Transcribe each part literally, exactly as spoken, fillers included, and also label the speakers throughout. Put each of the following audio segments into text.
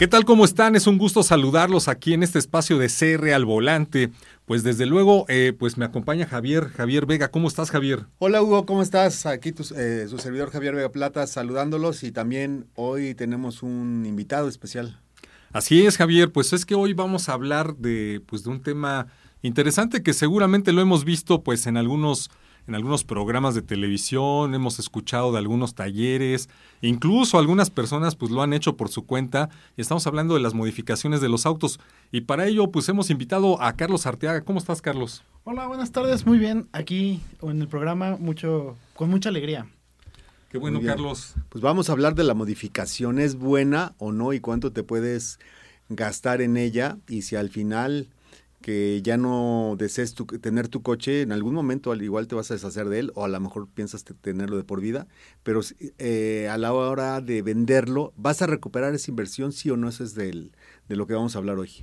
Speaker 1: ¿Qué tal? ¿Cómo están? Es un gusto saludarlos aquí en este espacio de C R al Volante. Pues desde luego, eh, pues me acompaña Javier, Javier Vega. ¿Cómo estás, Javier?
Speaker 2: Hola, Hugo, ¿cómo estás? Aquí tu, eh, su servidor Javier Vega Plata saludándolos, y también hoy tenemos un invitado especial.
Speaker 1: Así es, Javier, pues es que hoy vamos a hablar de, pues, de un tema interesante que seguramente lo hemos visto pues en algunos en algunos programas de televisión, hemos escuchado de algunos talleres, incluso algunas personas pues lo han hecho por su cuenta, y estamos hablando de las modificaciones de los autos. Y para ello pues hemos invitado a Carlos Arteaga. ¿Cómo estás, Carlos?
Speaker 3: Hola, buenas tardes, muy bien, aquí en el programa, mucho con mucha alegría.
Speaker 1: Qué bueno, Carlos.
Speaker 2: Pues vamos a hablar de la modificación, ¿es buena o no? Y cuánto te puedes gastar en ella, y si al final que ya no desees tu, tener tu coche, en algún momento al igual te vas a deshacer de él, o a lo mejor piensas tenerlo de por vida, pero eh, a la hora de venderlo, ¿vas a recuperar esa inversión, sí o no? Eso es del, de lo que vamos a hablar hoy.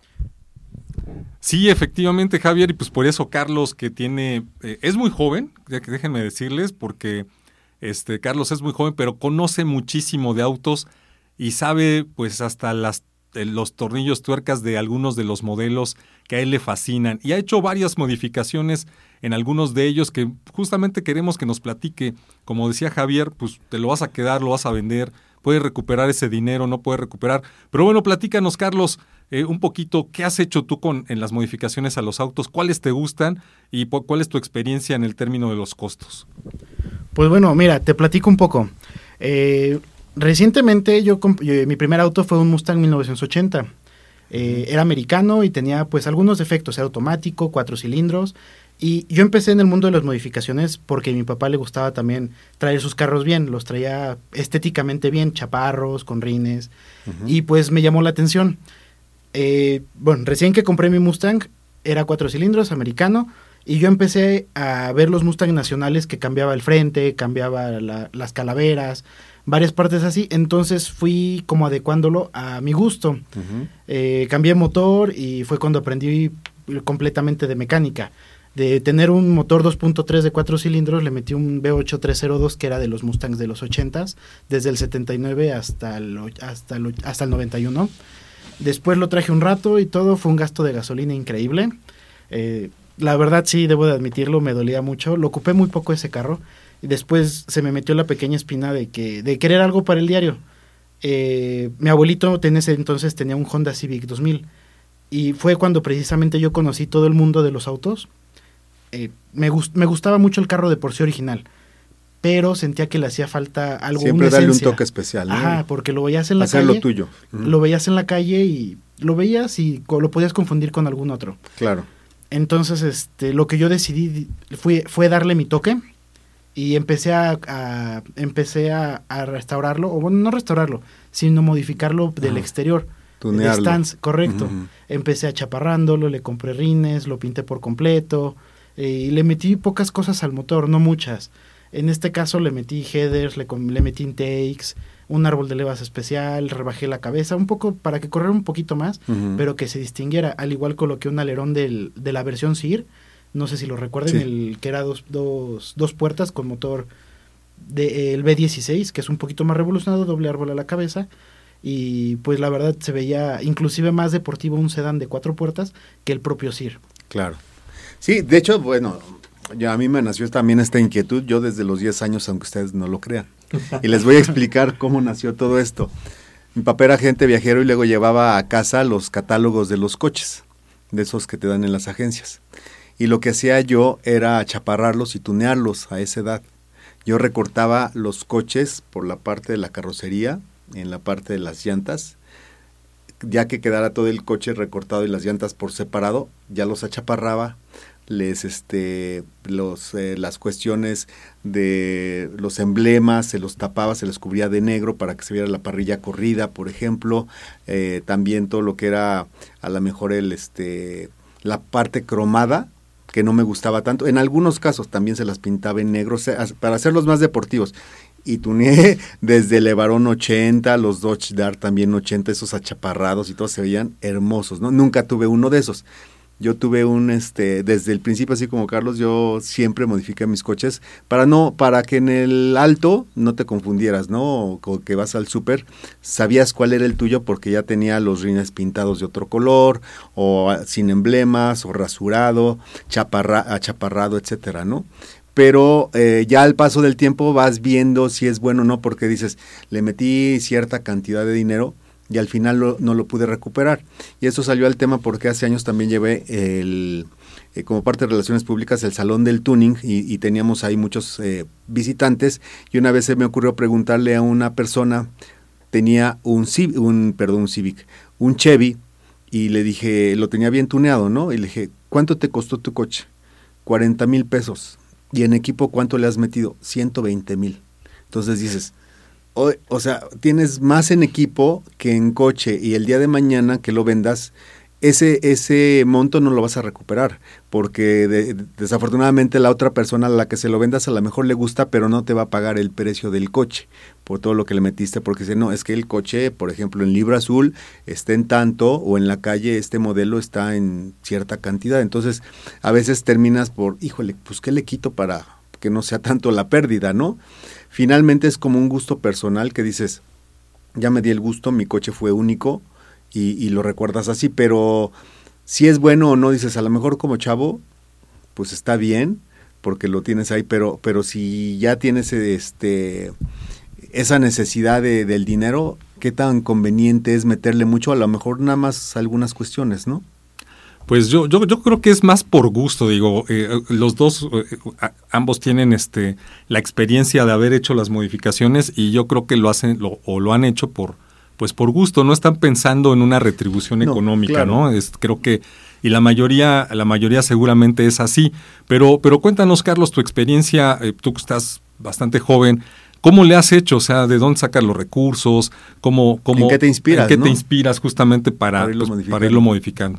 Speaker 1: Sí, efectivamente, Javier, y pues por eso Carlos, que tiene, eh, es muy joven, ya que déjenme decirles, porque este Carlos es muy joven, pero conoce muchísimo de autos y sabe pues hasta las los tornillos, tuercas de algunos de los modelos que a él le fascinan, y ha hecho varias modificaciones en algunos de ellos que justamente queremos que nos platique. Como decía Javier, pues te lo vas a quedar, lo vas a vender, puedes recuperar ese dinero, no puedes recuperar. Pero bueno, platícanos, Carlos, eh, un poquito, ¿qué has hecho tú con en las modificaciones a los autos? ¿Cuáles te gustan y cuál es tu experiencia en el término de los costos?
Speaker 3: Pues bueno, mira, te platico un poco. Eh... Recientemente yo, yo mi primer auto fue un Mustang mil novecientos ochenta. Eh, era americano y tenía pues algunos defectos, era automático, cuatro cilindros, y yo empecé en el mundo de las modificaciones porque a mi papá le gustaba también traer sus carros bien, los traía estéticamente bien, chaparros, con rines, uh-huh. Y pues me llamó la atención. Eh, bueno, recién que compré mi Mustang, era cuatro cilindros, americano, y yo empecé a ver los Mustang nacionales que cambiaba el frente, cambiaba la, las calaveras, varias partes así, entonces fui como adecuándolo a mi gusto. Uh-huh. Eh, cambié motor y fue cuando aprendí completamente de mecánica. De tener un motor dos punto tres de cuatro cilindros, le metí un V ocho trescientos dos que era de los Mustangs de los ochentas, desde el setenta y nueve hasta el, hasta el, hasta el noventa y uno. Después lo traje un rato y todo, fue un gasto de gasolina increíble. Eh, la verdad sí, debo de admitirlo, me dolía mucho, lo ocupé muy poco ese carro. Y después se me metió la pequeña espina de que de querer algo para el diario. Eh, mi abuelito en ese entonces tenía un Honda Civic dos mil, y fue cuando precisamente yo conocí todo el mundo de los autos. Eh, me, gust, me gustaba mucho el carro de por sí original, pero sentía que le hacía falta algo,
Speaker 2: siempre
Speaker 3: una
Speaker 2: darle
Speaker 3: esencia.
Speaker 2: Un toque especial, ¿no?
Speaker 3: Ajá, porque lo veías en la
Speaker 2: hacer
Speaker 3: calle.
Speaker 2: Lo tuyo. Uh-huh.
Speaker 3: Lo veías en la calle y lo veías y lo podías confundir con algún otro.
Speaker 2: Claro.
Speaker 3: Entonces, este, lo que yo decidí fue, fue darle mi toque. Y empecé a, a empecé a, a restaurarlo, o bueno, no restaurarlo, sino modificarlo del uh-huh. exterior.
Speaker 2: Tunearlo.
Speaker 3: De stance, correcto.
Speaker 2: Uh-huh.
Speaker 3: Empecé achaparrándolo, le compré rines, lo pinté por completo, eh, y le metí pocas cosas al motor, no muchas. En este caso le metí headers, le, le metí intakes, un árbol de levas especial, rebajé la cabeza, un poco para que corriera un poquito más, uh-huh. pero que se distinguiera. Al igual coloqué un alerón del, de la versión S I R, no sé si lo recuerden, sí. el que era dos, dos, dos puertas con motor de, el V dieciséis, que es un poquito más revolucionado, doble árbol a la cabeza, y pues la verdad se veía inclusive más deportivo un sedán de cuatro puertas que el propio S I R.
Speaker 2: Claro. Sí, de hecho, bueno, ya a mí me nació también esta inquietud, yo desde los diez años, aunque ustedes no lo crean, y les voy a explicar cómo nació todo esto. Mi papá era agente viajero y luego llevaba a casa los catálogos de los coches, de esos que te dan en las agencias. Y lo que hacía yo era achaparrarlos y tunearlos a esa edad. Yo recortaba los coches por la parte de la carrocería, en la parte de las llantas, ya que quedara todo el coche recortado y las llantas por separado, ya los achaparraba, les este los eh, las cuestiones de los emblemas se los tapaba, se les cubría de negro para que se viera la parrilla corrida, por ejemplo, eh, también todo lo que era a lo mejor el este la parte cromada, que no me gustaba tanto. En algunos casos también se las pintaba en negro, para hacerlos más deportivos. Y tuneé desde el Evarón ochenta, los Dodge Dart también ochenta, esos achaparrados y todos se veían hermosos, ¿no? Nunca tuve uno de esos. Yo tuve un, este, desde el principio, así como Carlos, yo siempre modifiqué mis coches para no, para que en el alto no te confundieras, ¿no? O que vas al súper, sabías cuál era el tuyo porque ya tenía los rines pintados de otro color, o sin emblemas, o rasurado, chaparra, achaparrado, etcétera, ¿no? Pero eh, ya al paso del tiempo vas viendo si es bueno o no, porque dices, le metí cierta cantidad de dinero y al final lo, no lo pude recuperar. Y eso salió al tema porque hace años también llevé el, eh, como parte de Relaciones Públicas el Salón del Tuning y, y teníamos ahí muchos eh, visitantes y una vez se me ocurrió preguntarle a una persona, tenía un, un, perdón, un Civic, un Chevy y le dije, lo tenía bien tuneado, ¿no? Y le dije, ¿cuánto te costó tu coche? cuarenta mil pesos. ¿Y en equipo cuánto le has metido? ciento veinte mil. Entonces dices, o, o sea, tienes más en equipo que en coche y el día de mañana que lo vendas, ese, ese monto no lo vas a recuperar porque de, desafortunadamente la otra persona a la que se lo vendas a lo mejor le gusta, pero no te va a pagar el precio del coche por todo lo que le metiste, porque dice, no, es que el coche, por ejemplo, en libra azul está en tanto o en la calle este modelo está en cierta cantidad. Entonces, a veces terminas por, híjole, pues ¿qué le quito para que no sea tanto la pérdida, no? Finalmente es como un gusto personal que dices, ya me di el gusto, mi coche fue único y, y lo recuerdas así, pero si es bueno o no, dices, a lo mejor como chavo, pues está bien, porque lo tienes ahí, pero, pero si ya tienes este... esa necesidad de, del dinero, ¿qué tan conveniente es meterle mucho? A lo mejor nada más algunas cuestiones, ¿no?
Speaker 1: Pues yo, yo, yo creo que es más por gusto, digo, eh, los dos, eh, ambos tienen este la experiencia de haber hecho las modificaciones y yo creo que lo hacen lo, o lo han hecho por pues por gusto, no están pensando en una retribución no, económica, claro. ¿no? Es, creo que y la mayoría la mayoría seguramente es así, pero pero cuéntanos, Carlos, tu experiencia, eh, tú que estás bastante joven. ¿Cómo le has hecho? O sea, ¿de dónde sacas los recursos? ¿Cómo, cómo,
Speaker 2: ¿En qué te inspiras?
Speaker 1: ¿En qué
Speaker 2: ¿no?
Speaker 1: te inspiras justamente para,
Speaker 2: para, irlo,
Speaker 1: pues,
Speaker 2: modificando.
Speaker 1: para irlo modificando?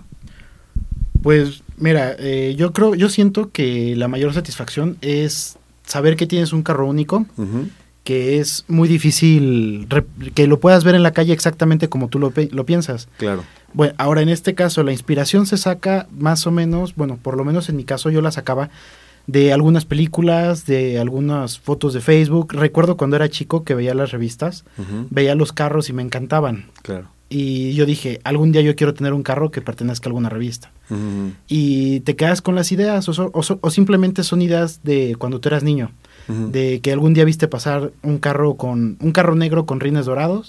Speaker 3: Pues mira, eh, yo creo, yo siento que la mayor satisfacción es saber que tienes un carro único, uh-huh. que es muy difícil que lo puedas ver en la calle exactamente como tú lo, lo piensas.
Speaker 2: Claro.
Speaker 3: Bueno, ahora en este caso la inspiración se saca más o menos, bueno, por lo menos en mi caso yo la sacaba de algunas películas, de algunas fotos de Facebook. Recuerdo cuando era chico que veía las revistas, uh-huh. veía los carros y me encantaban.
Speaker 2: Claro.
Speaker 3: Y yo dije, algún día yo quiero tener un carro que pertenezca a alguna revista. Uh-huh. Y te quedas con las ideas, o, so, o, so, o simplemente son ideas de cuando tú eras niño. Uh-huh. De que algún día viste pasar un carro con un carro negro con rines dorados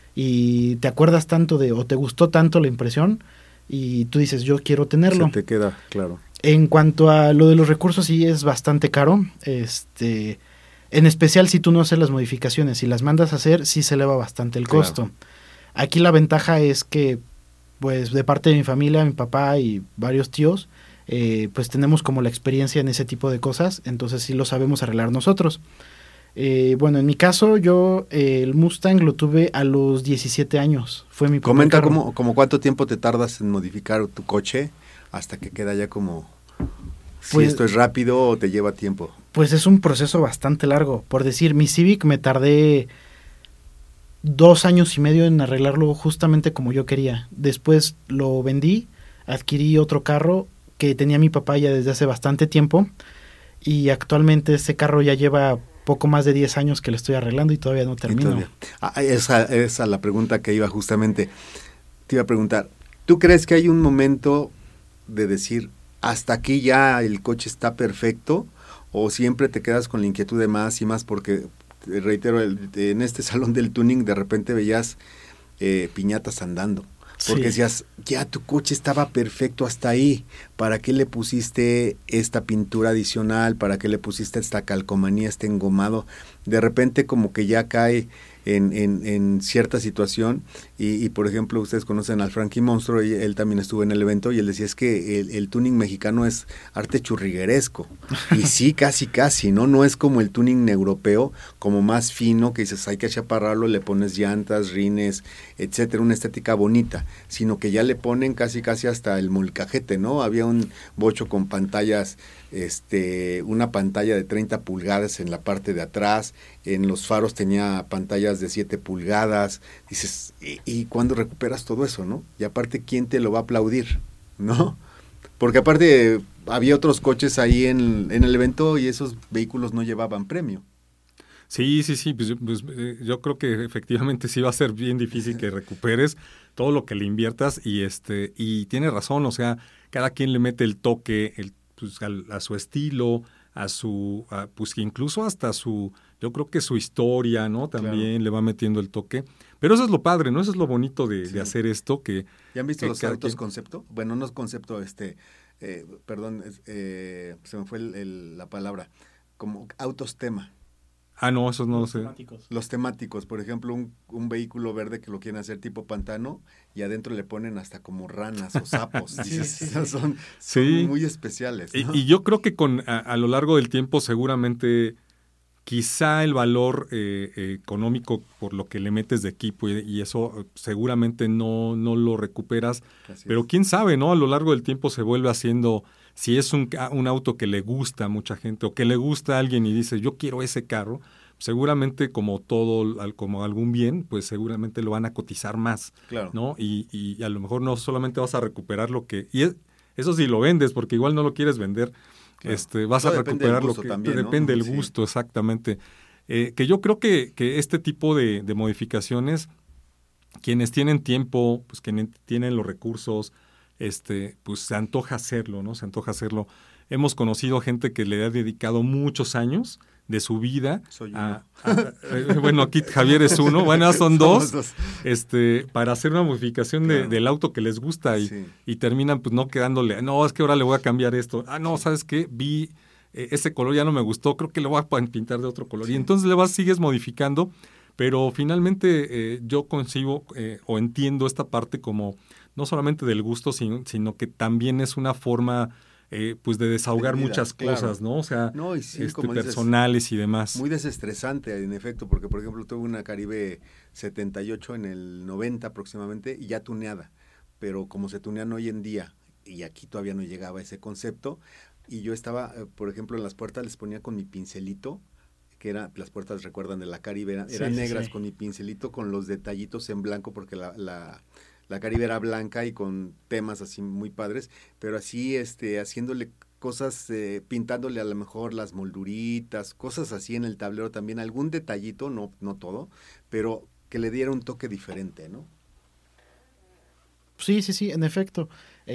Speaker 3: y te acuerdas tanto de, o te gustó tanto la impresión y tú dices, yo quiero tenerlo.
Speaker 2: Se te queda, claro.
Speaker 3: En cuanto a lo de los recursos, sí es bastante caro, este, en especial si tú no haces las modificaciones, si las mandas a hacer, sí se eleva bastante el
Speaker 2: claro.
Speaker 3: costo. Aquí la ventaja es que, pues, de parte de mi familia, mi papá y varios tíos, eh, pues tenemos como la experiencia en ese tipo de cosas, entonces sí lo sabemos arreglar nosotros. Eh, bueno, en mi caso, yo eh, el Mustang lo tuve a los diecisiete años, fue mi primer
Speaker 2: Comenta
Speaker 3: carro.
Speaker 2: Como, como cuánto tiempo te tardas en modificar tu coche hasta que queda ya como, si
Speaker 3: pues,
Speaker 2: esto es rápido o te lleva tiempo.
Speaker 3: Pues es un proceso bastante largo, por decir, mi Civic me tardé dos años y medio en arreglarlo justamente como yo quería. Después lo vendí, adquirí otro carro que tenía mi papá ya desde hace bastante tiempo y actualmente este carro ya lleva poco más de diez años que lo estoy arreglando y todavía no termino.
Speaker 2: Todavía. Ah, esa es la pregunta que iba justamente. Te iba a preguntar, ¿tú crees que hay un momento de decir, hasta aquí ya el coche está perfecto? ¿O siempre te quedas con la inquietud de más y más? Porque, reitero, el, en este salón del tuning de repente veías eh, piñatas andando. Porque sí. decías, ya tu coche estaba perfecto hasta ahí, ¿para qué le pusiste esta pintura adicional? ¿Para qué le pusiste esta calcomanía, este engomado? De repente como que ya cae en, en, en cierta situación y, y por ejemplo ustedes conocen al Frankie Monstruo y él también estuvo en el evento y él decía es que el, el tuning mexicano es arte churrigueresco y sí, casi casi, ¿no? No es como el tuning europeo, como más fino, que dices hay que achaparrarlo, le pones llantas, rines, etcétera, una estética bonita, sino que ya le ponen casi casi hasta el molcajete, ¿no? Había un bocho con pantallas, este, una pantalla de treinta pulgadas en la parte de atrás, en los faros tenía pantallas de siete pulgadas, dices, ¿y, y cuándo recuperas todo eso, no? Y aparte, ¿quién te lo va a aplaudir, no? Porque aparte había otros coches ahí en, en el evento y esos vehículos no llevaban premio.
Speaker 1: Sí, sí, sí, pues, pues, eh, yo creo que efectivamente sí va a ser bien difícil que recuperes todo lo que le inviertas y este y tiene razón, o sea, cada quien le mete el toque el, pues, al, a su estilo, a su, a, pues incluso hasta su, yo creo que su historia, ¿no? También claro. le va metiendo el toque. Pero eso es lo padre, ¿no? Eso es lo bonito de, sí. de hacer esto. que
Speaker 2: ¿Ya han visto
Speaker 1: que
Speaker 2: los autos
Speaker 1: quien...
Speaker 2: concepto? Bueno, no es concepto, este, eh, perdón, eh, se me fue el, el, la palabra, como autos tema.
Speaker 1: Ah, no, esos no
Speaker 3: los
Speaker 1: sé.
Speaker 3: temáticos.
Speaker 2: Los temáticos, por ejemplo, un, un vehículo verde que lo quieren hacer tipo pantano y adentro le ponen hasta como ranas o sapos.
Speaker 3: sí,
Speaker 2: Dices,
Speaker 3: sí, sí.
Speaker 2: Son, son
Speaker 1: sí.
Speaker 2: muy especiales, ¿no?
Speaker 1: Y, y yo creo que con a, a lo largo del tiempo seguramente quizá el valor eh, eh, económico por lo que le metes de equipo y, y eso seguramente no, no lo recuperas. Así pero es. Quién sabe, ¿no? A lo largo del tiempo se vuelve haciendo... Si es un, un auto que le gusta a mucha gente o que le gusta a alguien y dice, yo quiero ese carro, seguramente como todo, como algún bien, pues seguramente lo van a cotizar más,
Speaker 2: claro.
Speaker 1: ¿no? Y, y a lo mejor no solamente vas a recuperar lo que... y es, eso sí lo vendes, porque igual no lo quieres vender, claro. este, vas
Speaker 2: Todo
Speaker 1: a recuperar lo que...
Speaker 2: También,
Speaker 1: depende
Speaker 2: ¿no?
Speaker 1: del gusto,
Speaker 2: sí.
Speaker 1: exactamente. Eh, que yo creo que, que este tipo de, de modificaciones, quienes tienen tiempo, pues quienes tienen los recursos, este, pues se antoja hacerlo, ¿no? Se antoja hacerlo. Hemos conocido gente que le ha dedicado muchos años de su vida.
Speaker 2: Soy
Speaker 1: a, a, a, bueno, aquí Javier es uno, bueno, son dos, dos, este, para hacer una modificación
Speaker 2: claro.
Speaker 1: de, del auto que les gusta y,
Speaker 2: sí.
Speaker 1: y terminan pues no quedándole, no, es que ahora le voy a cambiar esto. Ah, no, ¿sabes qué? Vi eh, ese color, ya no me gustó, creo que lo voy a pintar de otro color. Sí. Y entonces le vas, sigues modificando, pero finalmente eh, yo concibo eh, o entiendo esta parte como no solamente del gusto, sino, sino que también es una forma eh, pues de desahogar de vida, muchas
Speaker 2: claro.
Speaker 1: cosas, ¿no? O sea,
Speaker 2: no, y sí,
Speaker 1: este,
Speaker 2: como
Speaker 1: personales
Speaker 2: dices,
Speaker 1: y demás.
Speaker 2: Muy desestresante, en efecto, porque por ejemplo tuve una Caribe setenta y ocho en el noventa aproximadamente y ya tuneada, pero como se tunean hoy en día, y aquí todavía no llegaba ese concepto, y yo estaba, por ejemplo, en las puertas les ponía con mi pincelito, que eran, las puertas recuerdan de la Caribe, eran, sí, eran negras sí. con mi pincelito con los detallitos en blanco, porque la... la La Caribe era blanca y con temas así muy padres, pero así este haciéndole cosas, eh, pintándole a lo mejor las molduritas, cosas así en el tablero también, algún detallito, no, no todo, pero que le diera un toque diferente, ¿no?
Speaker 3: Sí, sí, sí, en efecto.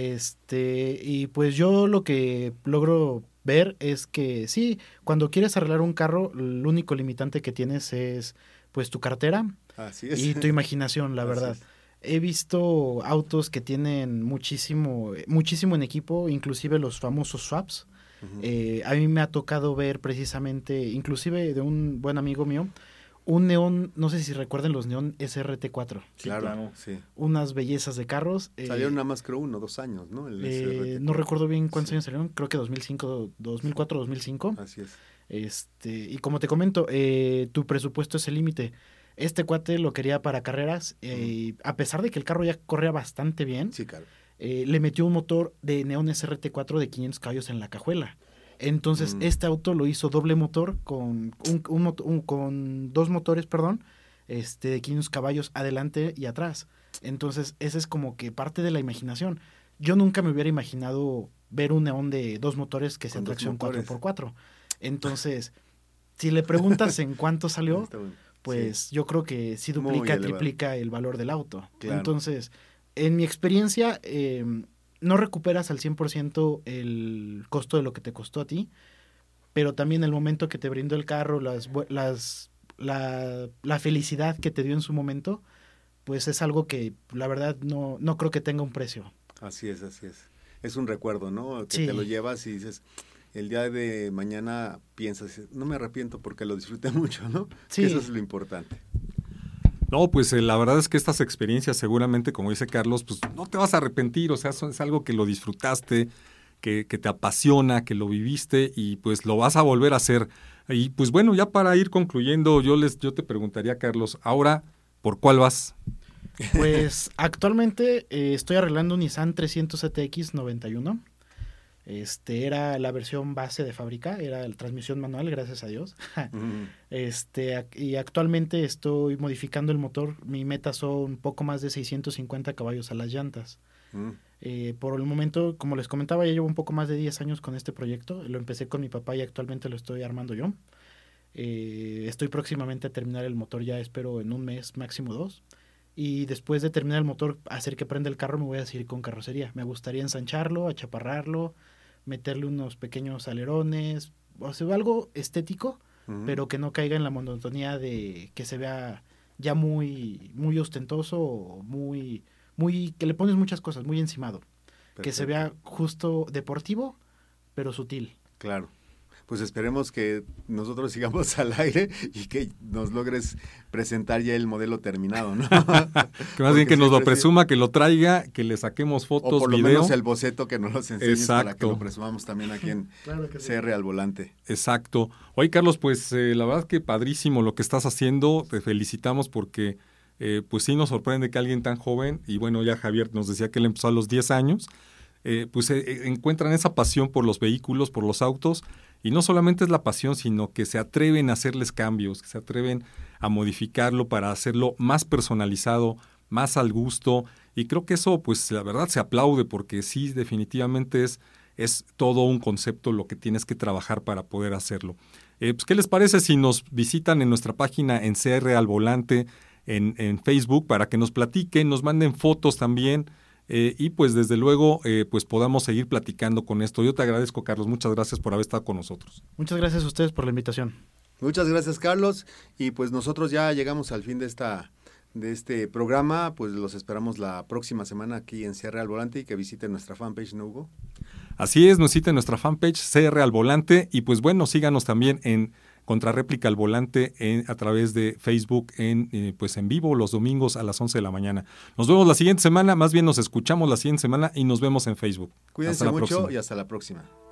Speaker 3: Este, y pues yo lo que logro ver es que sí, cuando quieres arreglar un carro, el único limitante que tienes es pues tu cartera
Speaker 2: así es.
Speaker 3: y tu imaginación, la
Speaker 2: así
Speaker 3: verdad.
Speaker 2: Es.
Speaker 3: He visto autos que tienen muchísimo, muchísimo en equipo, inclusive los famosos swaps. Uh-huh. Eh, a mí me ha tocado ver precisamente, inclusive de un buen amigo mío, un neón, no sé si recuerdan los neón S R T cuatro.
Speaker 2: Sí, claro, claro, sí.
Speaker 3: Unas bellezas de carros.
Speaker 2: Salieron
Speaker 3: eh,
Speaker 2: nada más creo uno, dos años, ¿no? El
Speaker 3: eh, no recuerdo bien cuántos sí. años salieron, creo que dos mil cinco, dos mil cuatro, dos mil cinco.
Speaker 2: Así es.
Speaker 3: Este, y como te comento, eh, tu presupuesto es el límite. Este cuate lo quería para carreras, eh, uh-huh. a pesar de que el carro ya corría bastante bien,
Speaker 2: sí, claro.
Speaker 3: eh, le metió un motor de Neon S R T cuatro de quinientos caballos en la cajuela. Entonces, uh-huh. este auto lo hizo doble motor con, un, un, un, con dos motores, perdón, este, de quinientos caballos adelante y atrás. Entonces, esa es como que parte de la imaginación. Yo nunca me hubiera imaginado ver un Neon de dos motores que sea tracción cuatro por cuatro. Entonces, si le preguntas en cuánto salió... pues sí. yo creo que sí duplica, triplica el valor del auto. Claro. Entonces, en mi experiencia, eh, no recuperas al cien por ciento el costo de lo que te costó a ti, pero también el momento que te brindó el carro, las, las, la, la felicidad que te dio en su momento, pues es algo que la verdad no, no creo que tenga un precio.
Speaker 2: Así es, así es. Es un recuerdo, ¿no? Que
Speaker 3: sí.
Speaker 2: te lo llevas y dices... El día de mañana piensas, no me arrepiento porque lo disfruté mucho, ¿no?
Speaker 3: Sí.
Speaker 2: Que eso es lo importante.
Speaker 1: No, pues eh, la verdad es que estas experiencias seguramente, como dice Carlos, pues no te vas a arrepentir, o sea, eso es algo que lo disfrutaste, que, que te apasiona, que lo viviste y pues lo vas a volver a hacer. Y pues bueno, ya para ir concluyendo, yo les, yo te preguntaría, Carlos, ahora, ¿por cuál vas?
Speaker 3: Pues actualmente eh, estoy arreglando un Nissan trescientos Z X noventa y uno. Este era la versión base de fábrica, era la transmisión manual, gracias a Dios. Uh-huh. Este y actualmente estoy modificando el motor. Mi meta son un poco más de seiscientos cincuenta caballos a las llantas. Uh-huh. Eh, por el momento, como les comentaba, ya llevo un poco más de diez años con este proyecto. Lo empecé con mi papá y actualmente lo estoy armando yo. Eh, estoy próximamente a terminar el motor, ya espero en un mes, máximo dos. Y después de terminar el motor, hacer que prenda el carro, me voy a seguir con carrocería. Me gustaría ensancharlo, achaparrarlo, meterle unos pequeños alerones, o sea, algo estético, uh-huh. pero que no caiga en la monotonía de que se vea ya muy, muy ostentoso, o muy, muy, que le pones muchas cosas, muy encimado. Perfecto. Que se vea justo deportivo, pero sutil.
Speaker 2: Claro. Pues esperemos que nosotros sigamos al aire y que nos logres presentar ya el modelo terminado, ¿no?
Speaker 1: Que más bien que nos lo presuma, que lo traiga, que le saquemos fotos,
Speaker 2: o por lo
Speaker 1: video.
Speaker 2: menos el boceto que nos los enseñes. Exacto. Para que lo presumamos también aquí en
Speaker 3: claro que
Speaker 2: C R
Speaker 3: sí.
Speaker 2: al volante.
Speaker 1: Exacto. Oye, Carlos, pues eh, la verdad que padrísimo lo que estás haciendo. Te felicitamos porque eh, pues sí nos sorprende que alguien tan joven, y bueno, ya Javier nos decía que él empezó a los diez años, eh, pues eh, encuentran esa pasión por los vehículos, por los autos. Y no solamente es la pasión, sino que se atreven a hacerles cambios, que se atreven a modificarlo para hacerlo más personalizado, más al gusto. Y creo que eso, pues la verdad se aplaude porque sí, definitivamente es, es todo un concepto lo que tienes que trabajar para poder hacerlo. Eh, pues, ¿qué les parece si nos visitan en nuestra página en C R al Volante, en, en Facebook, para que nos platiquen, nos manden fotos también? Eh, y pues desde luego eh, pues podamos seguir platicando con esto. Yo te agradezco, Carlos, muchas gracias por haber estado con nosotros.
Speaker 3: Muchas gracias a ustedes por la invitación.
Speaker 2: Muchas gracias, Carlos, y pues nosotros ya llegamos al fin de esta de este programa. Pues los esperamos la próxima semana aquí en C R al Volante y que visiten nuestra fanpage, ¿no, Hugo?
Speaker 1: Así es, nos visiten nuestra fanpage C R al Volante y pues bueno, síganos también en Contrarréplica al Volante en, a través de Facebook en eh, pues en vivo los domingos a las once de la mañana. Nos vemos la siguiente semana, más bien nos escuchamos la siguiente semana y nos vemos en Facebook.
Speaker 2: Cuídense mucho próxima. Y hasta la próxima.